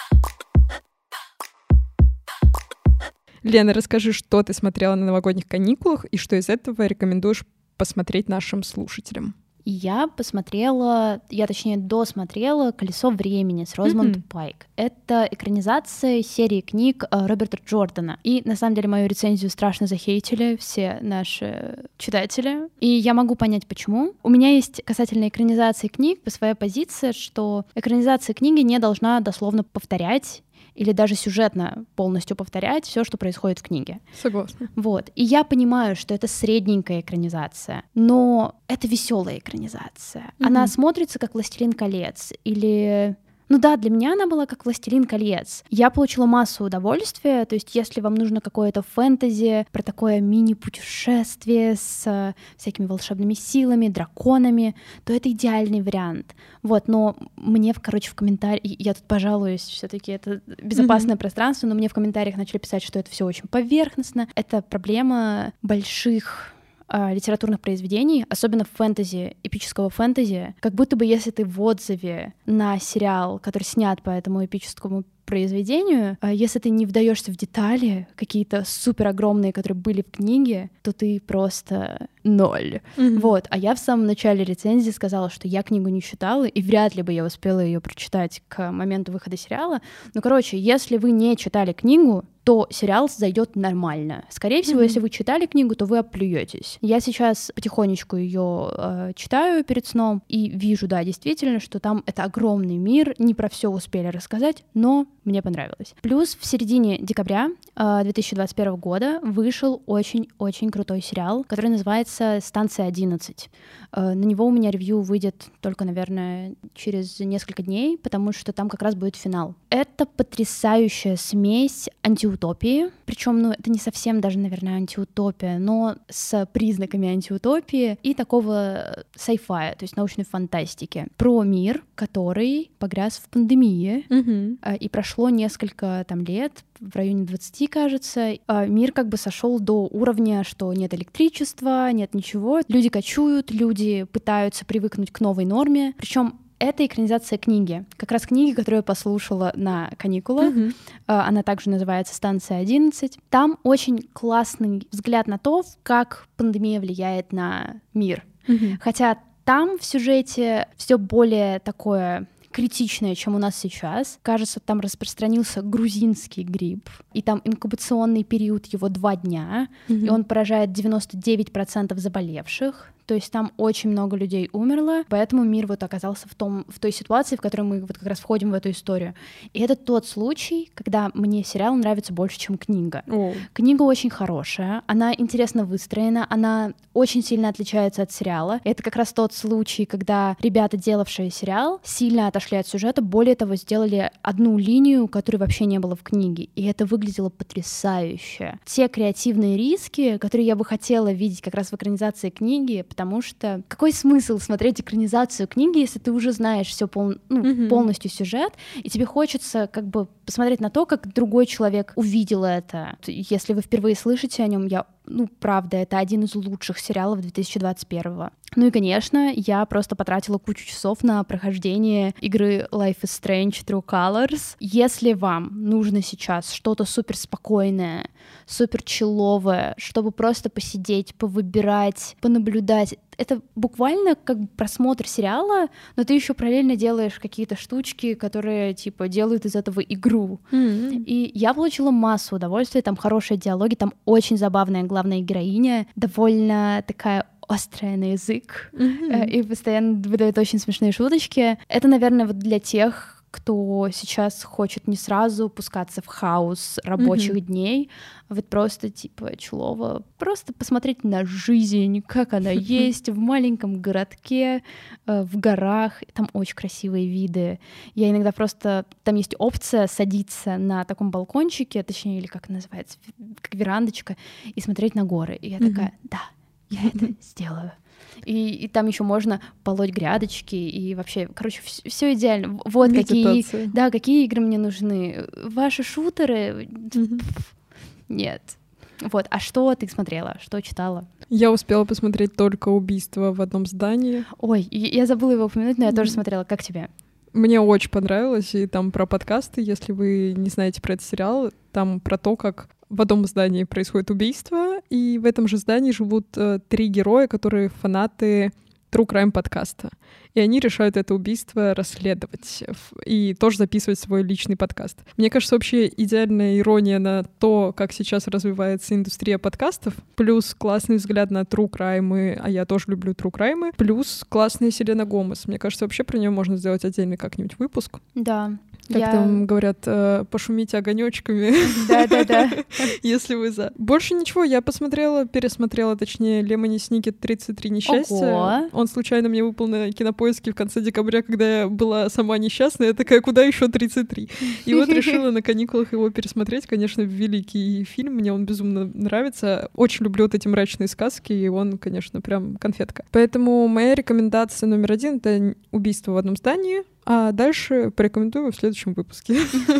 Лена, расскажи, что ты смотрела на новогодних каникулах и что из этого рекомендуешь посмотреть нашим слушателям? Я посмотрела, я точнее досмотрела «Колесо времени» с Розамонд mm-hmm. Пайк. Это экранизация серии книг Роберта Джордана. И на самом деле мою рецензию страшно захейтили все наши читатели. И я могу понять, почему. У меня есть касательно экранизации книг своя позиция, что экранизация книги не должна дословно повторять или даже сюжетно полностью повторять все, что происходит в книге. Согласна. Вот. И я понимаю, что это средненькая экранизация, но это веселая экранизация. Mm-hmm. Она смотрится как «Властелин колец» или... Ну да, для меня она была как «Властелин колец». Я получила массу удовольствия, то есть если вам нужно какое-то фэнтези про такое мини-путешествие с всякими волшебными силами, драконами, то это идеальный вариант. Вот, но мне, короче, в комментариях, я тут пожалуюсь, все-таки это безопасное mm-hmm. пространство, но мне в комментариях начали писать, что это все очень поверхностно. Это проблема больших литературных произведений, особенно фэнтези, эпического фэнтези, как будто бы если ты в отзыве на сериал, который снят по этому эпическому произведению, если ты не вдаешься в детали, какие-то супер огромные, которые были в книге, то ты просто ноль. Mm-hmm. Вот. А я в самом начале рецензии сказала, что я книгу не читала, и вряд ли бы я успела ее прочитать к моменту выхода сериала. Ну, короче, если вы не читали книгу, то сериал зайдет нормально. Скорее всего, mm-hmm. если вы читали книгу, то вы оплюетесь. Я сейчас потихонечку ее э, читаю перед сном и вижу, да, действительно, что там это огромный мир, не про все успели рассказать, но мне понравилось. Плюс в середине декабря э, две тысячи двадцать первого года вышел очень-очень крутой сериал, который называется «Станция одиннадцать». Э, на него у меня ревью выйдет только, наверное, через несколько дней, потому что там как раз будет финал. Это потрясающая смесь антиутопии, причем, ну, это не совсем даже, наверное, антиутопия, но с признаками антиутопии и такого сайфая, то есть научной фантастики, про мир, который погряз в пандемии, mm-hmm. и прошло несколько там лет, в районе двадцати, кажется, мир как бы сошел до уровня, что нет электричества, нет ничего, люди кочуют, люди пытаются привыкнуть к новой норме, причем это экранизация книги, как раз книги, которую я послушала на каникулах. Mm-hmm. Она также называется «Станция одиннадцать». Там очень классный взгляд на то, как пандемия влияет на мир. Mm-hmm. Хотя там в сюжете все более такое критичное, чем у нас сейчас. Кажется, там распространился грузинский грипп, и там инкубационный период его два дня, mm-hmm. и он поражает девяносто девять процентов заболевших. То есть там очень много людей умерло, поэтому мир вот оказался в, том, в той ситуации, в которой мы вот как раз входим в эту историю. И это тот случай, когда мне сериал нравится больше, чем книга. Oh. Книга очень хорошая, она интересно выстроена, она очень сильно отличается от сериала. Это как раз тот случай, когда ребята, делавшие сериал, сильно отошли от сюжета, более того, сделали одну линию, которой вообще не было в книге, и это выглядело потрясающе. Те креативные риски, которые я бы хотела видеть как раз в экранизации книги, потому что какой смысл смотреть экранизацию книги, если ты уже знаешь все пол... ну, mm-hmm. полностью сюжет, и тебе хочется как бы посмотреть на то, как другой человек увидел это. Если вы впервые слышите о нем, я ну, правда, это один из лучших сериалов две тысячи двадцать первого. Ну и, конечно, я просто потратила кучу часов на прохождение игры Life is Strange True Colors. Если вам нужно сейчас что-то супер спокойное, супер чилловое, чтобы просто посидеть, повыбирать, понаблюдать, это буквально как просмотр сериала, но ты еще параллельно делаешь какие-то штучки, которые, типа, делают из этого игру. Mm-hmm. И я получила массу удовольствия, там хорошие диалоги, там очень забавная главная героиня, довольно такая острая на язык, mm-hmm. и постоянно выдает очень смешные шуточки. Это, наверное, вот для тех, кто сейчас хочет не сразу пускаться в хаос рабочих mm-hmm. дней, а вот просто, типа, чулово, просто посмотреть на жизнь, как она есть в маленьком городке, в горах. Там очень красивые виды. Я иногда просто... Там есть опция садиться на таком балкончике, точнее, или как это называется, как верандочка, и смотреть на горы. И я mm-hmm. такая, да, я это сделаю. И, и там еще можно полоть грядочки, и вообще, короче, все идеально. Вот медитация. Какие, да, какие игры мне нужны. Ваши шутеры? Mm-hmm. Нет. Вот, а что ты смотрела, что читала? Я успела посмотреть только «Убийство в одном здании». Ой, я забыла его упомянуть, но я mm-hmm. тоже смотрела. Как тебе? Мне очень понравилось, и там про подкасты, если вы не знаете про этот сериал, там про то, как в одном здании происходит убийство, и в этом же здании живут э, три героя, которые фанаты True Crime подкаста. И они решают это убийство расследовать и тоже записывать свой личный подкаст. Мне кажется, вообще идеальная ирония на то, как сейчас развивается индустрия подкастов, плюс классный взгляд на True Crime, а я тоже люблю True Crime, плюс классная Селена Гомес. Мне кажется, вообще про нее можно сделать отдельный как-нибудь выпуск. Да. Как я... там говорят, э, пошумите огонечками. Да-да-да. Если вы за. Больше ничего, я посмотрела, пересмотрела, точнее, Лемони Сникет тридцать три несчастья. Ого. Он случайно мне выпал на Кинопоиске в конце декабря, когда я была сама несчастная. Я такая, куда еще тридцать три? И вот решила на каникулах его пересмотреть. Конечно, великий фильм, мне он безумно нравится. Очень люблю вот эти мрачные сказки, и он, конечно, прям конфетка. Поэтому моя рекомендация номер один — это «Убийство в одном здании», а дальше порекомендую в следующем выпуске.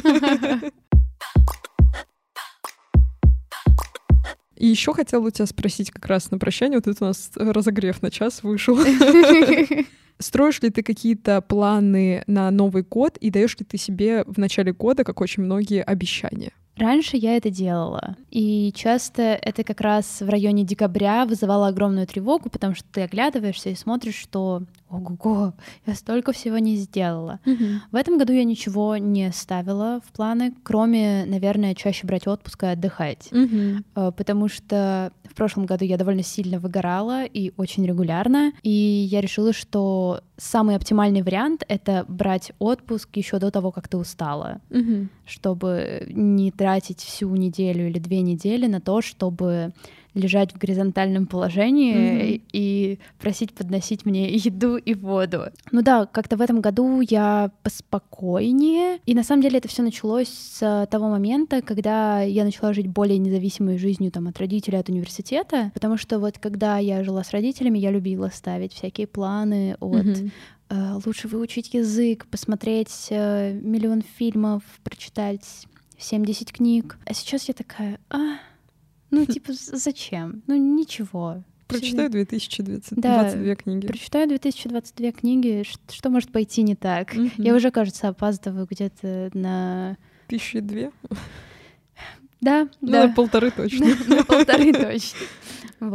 И еще хотела у тебя спросить как раз на прощание, вот это у нас разогрев на час вышел. Строишь ли ты какие-то планы на Новый год и даешь ли ты себе в начале года, как очень многие, обещания? Раньше я это делала, и часто это как раз в районе декабря вызывало огромную тревогу, потому что ты оглядываешься и смотришь, что ого-го, я столько всего не сделала. Mm-hmm. В этом году я ничего не ставила в планы, кроме, наверное, чаще брать отпуск и отдыхать, mm-hmm. потому что в прошлом году я довольно сильно выгорала и очень регулярно, и я решила, что самый оптимальный вариант — это брать отпуск еще до того, как ты устала, mm-hmm. чтобы не тратить всю неделю или две недели на то, чтобы лежать в горизонтальном положении mm-hmm. и, и просить подносить мне еду и воду. Ну да, как-то в этом году я поспокойнее. И на самом деле это все началось с того момента, когда я начала жить более независимой жизнью там, от родителей, от университета. Потому что вот когда я жила с родителями, я любила ставить всякие планы от mm-hmm. э, лучше выучить язык, посмотреть э, миллион фильмов, прочитать семьдесят книг. А сейчас я такая... А, ну, типа, зачем? Ну, ничего. Прочитаю две тысячи двадцать две да, книги. Прочитаю две тысячи двадцать две книги. Что, что может пойти не так? Mm-hmm. Я уже, кажется, опаздываю где-то на... Тысячи две? Да, ну, да. На полторы точно. На полторы точно. Вот.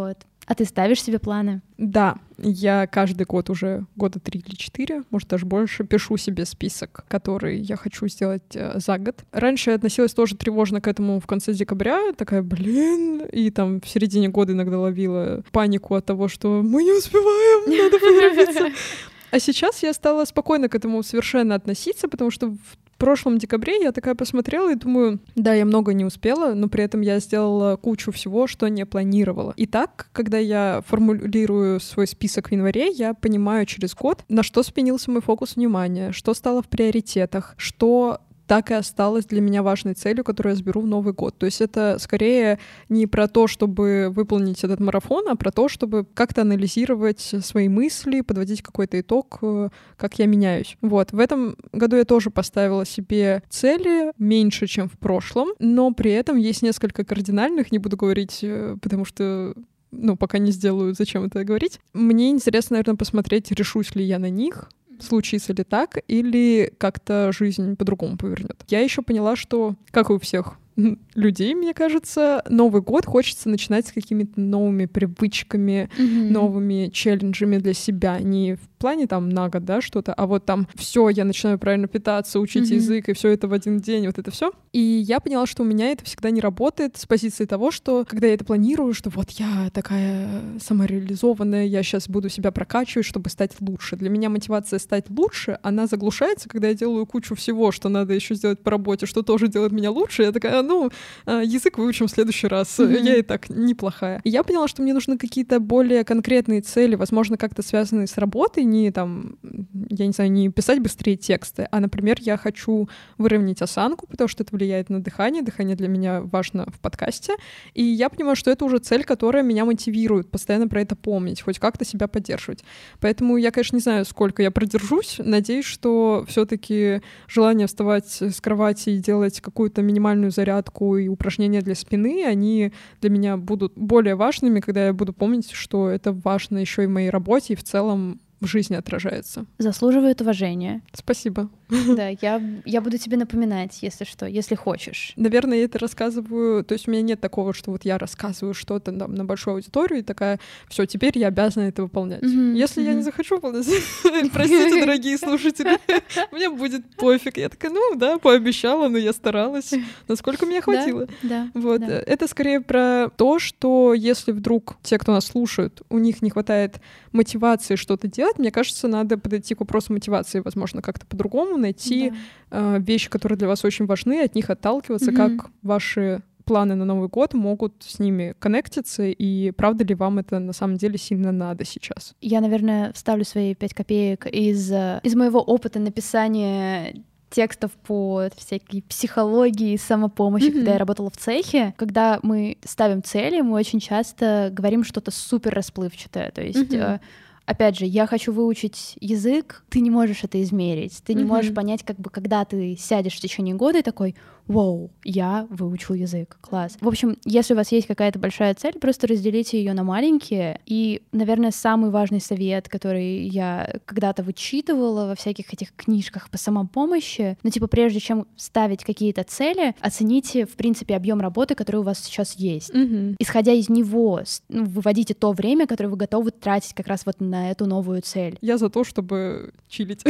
А ты ставишь себе планы? Да, я каждый год уже года три или четыре, может, даже больше, пишу себе список, который я хочу сделать э, за год. Раньше я относилась тоже тревожно к этому в конце декабря, такая, блин, и там в середине года иногда ловила панику от того, что мы не успеваем, надо поторопиться. А сейчас я стала спокойно к этому совершенно относиться, потому что в В прошлом декабре я такая посмотрела и думаю, да, я много не успела, но при этом я сделала кучу всего, что не планировала. И так, когда я формулирую свой список в январе, я понимаю через год, на что сменился мой фокус внимания, что стало в приоритетах, что так и осталось для меня важной целью, которую я сберу в Новый год. То есть это скорее не про то, чтобы выполнить этот марафон, а про то, чтобы как-то анализировать свои мысли, подводить какой-то итог, как я меняюсь. Вот. В этом году я тоже поставила себе цели меньше, чем в прошлом, но при этом есть несколько кардинальных, не буду говорить, потому что ну, пока не сделаю, зачем это говорить. Мне интересно, наверное, посмотреть, решусь ли я на них, случится ли так, или как-то жизнь по-другому повернет. Я еще поняла, что, как и у всех людей, мне кажется, Новый год хочется начинать с какими-то новыми привычками, mm-hmm. новыми челленджами для себя. Не в плане там на год, да, что-то, а вот там все, я начинаю правильно питаться, учить mm-hmm. язык, и все это в один день, вот это все. И я поняла, что у меня это всегда не работает с позиции того, что когда я это планирую, что вот я такая самореализованная, я сейчас буду себя прокачивать, чтобы стать лучше. Для меня мотивация стать лучше, она заглушается, когда я делаю кучу всего, что надо еще сделать по работе, что тоже делает меня лучше. Я такая, ну, язык выучим в следующий раз. Mm-hmm. Я и так неплохая. И я поняла, что мне нужны какие-то более конкретные цели, возможно, как-то связанные с работой, не там, я не знаю, не писать быстрее тексты, а, например, я хочу выровнять осанку, потому что это влияет на дыхание. Дыхание для меня важно в подкасте. И я понимаю, что это уже цель, которая меня мотивирует постоянно про это помнить, хоть как-то себя поддерживать. Поэтому я, конечно, не знаю, сколько я продержусь. Надеюсь, что все-таки желание вставать с кровати и делать какую-то минимальную зарядку и упражнения для спины, они для меня будут более важными, когда я буду помнить, что это важно еще и в моей работе, и в целом в жизни отражается. Заслуживает уважения. Спасибо. Да, я, я буду тебе напоминать, если что, если хочешь. Наверное, я это рассказываю, то есть у меня нет такого, что вот я рассказываю что-то на, на большую аудиторию и такая, все, теперь я обязана это выполнять. Mm-hmm. Если mm-hmm. я не захочу выполнять, простите, дорогие слушатели, мне будет пофиг. Я такая, ну да, пообещала, но я старалась, насколько мне хватило. Вот. Это скорее про то, что если вдруг те, кто нас слушают, у них не хватает мотивации что-то делать, мне кажется, надо подойти к вопросу мотивации, возможно, как-то по-другому, найти да. э, вещи, которые для вас очень важны, от них отталкиваться, mm-hmm. как ваши планы на Новый год могут с ними коннектиться, и правда ли вам это на самом деле сильно надо сейчас? Я, наверное, вставлю свои пять копеек из, из моего опыта написания текстов по всякой психологии и самопомощи, mm-hmm. когда я работала в цехе. Когда мы ставим цели, мы очень часто говорим что-то супер расплывчатое, то есть... Mm-hmm. Опять же, я хочу выучить язык, ты не можешь это измерить, ты не mm-hmm. можешь понять, как бы, когда ты сядешь в течение года и такой, вау, я выучил язык, класс. В общем, если у вас есть какая-то большая цель, просто разделите ее на маленькие. И, наверное, самый важный совет, который я когда-то вычитывала во всяких этих книжках по самопомощи, ну, типа, прежде чем ставить какие-то цели, оцените, в принципе, объем работы, который у вас сейчас есть. Mm-hmm. Исходя из него, ну, выводите то время, которое вы готовы тратить как раз вот на эту новую цель. Я за то, чтобы чилить.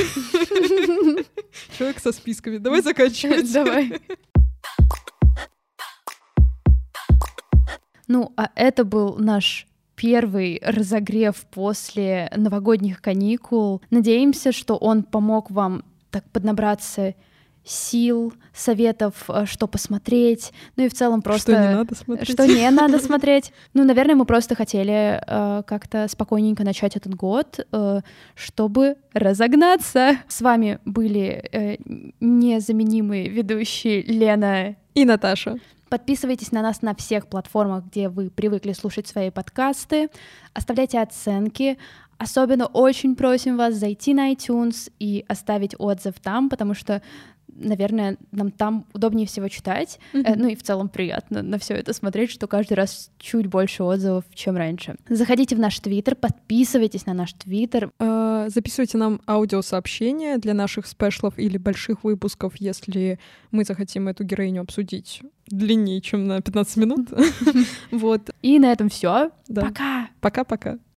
Человек со списками. Давай заканчивать. Давай. Ну, а это был наш первый разогрев после новогодних каникул. Надеемся, что он помог вам так поднабраться сил, советов, что посмотреть, ну и в целом просто... Что не надо смотреть. Что не надо смотреть. Ну, наверное, мы просто хотели э, как-то спокойненько начать этот год, э, чтобы разогнаться. С вами были э, незаменимые ведущие Лена и Наташа. Подписывайтесь на нас на всех платформах, где вы привыкли слушать свои подкасты, оставляйте оценки, Особенно очень просим вас зайти на iTunes и оставить отзыв там, потому что, наверное, нам там удобнее всего читать, mm-hmm. э, ну и в целом приятно на все это смотреть, что каждый раз чуть больше отзывов, чем раньше. Заходите в наш Твиттер, подписывайтесь на наш Твиттер. Uh, записывайте нам аудиосообщения для наших спешлов или больших выпусков, если мы захотим эту героиню обсудить длиннее, чем на пятнадцать минут. Вот. И на этом все. Пока! Пока-пока.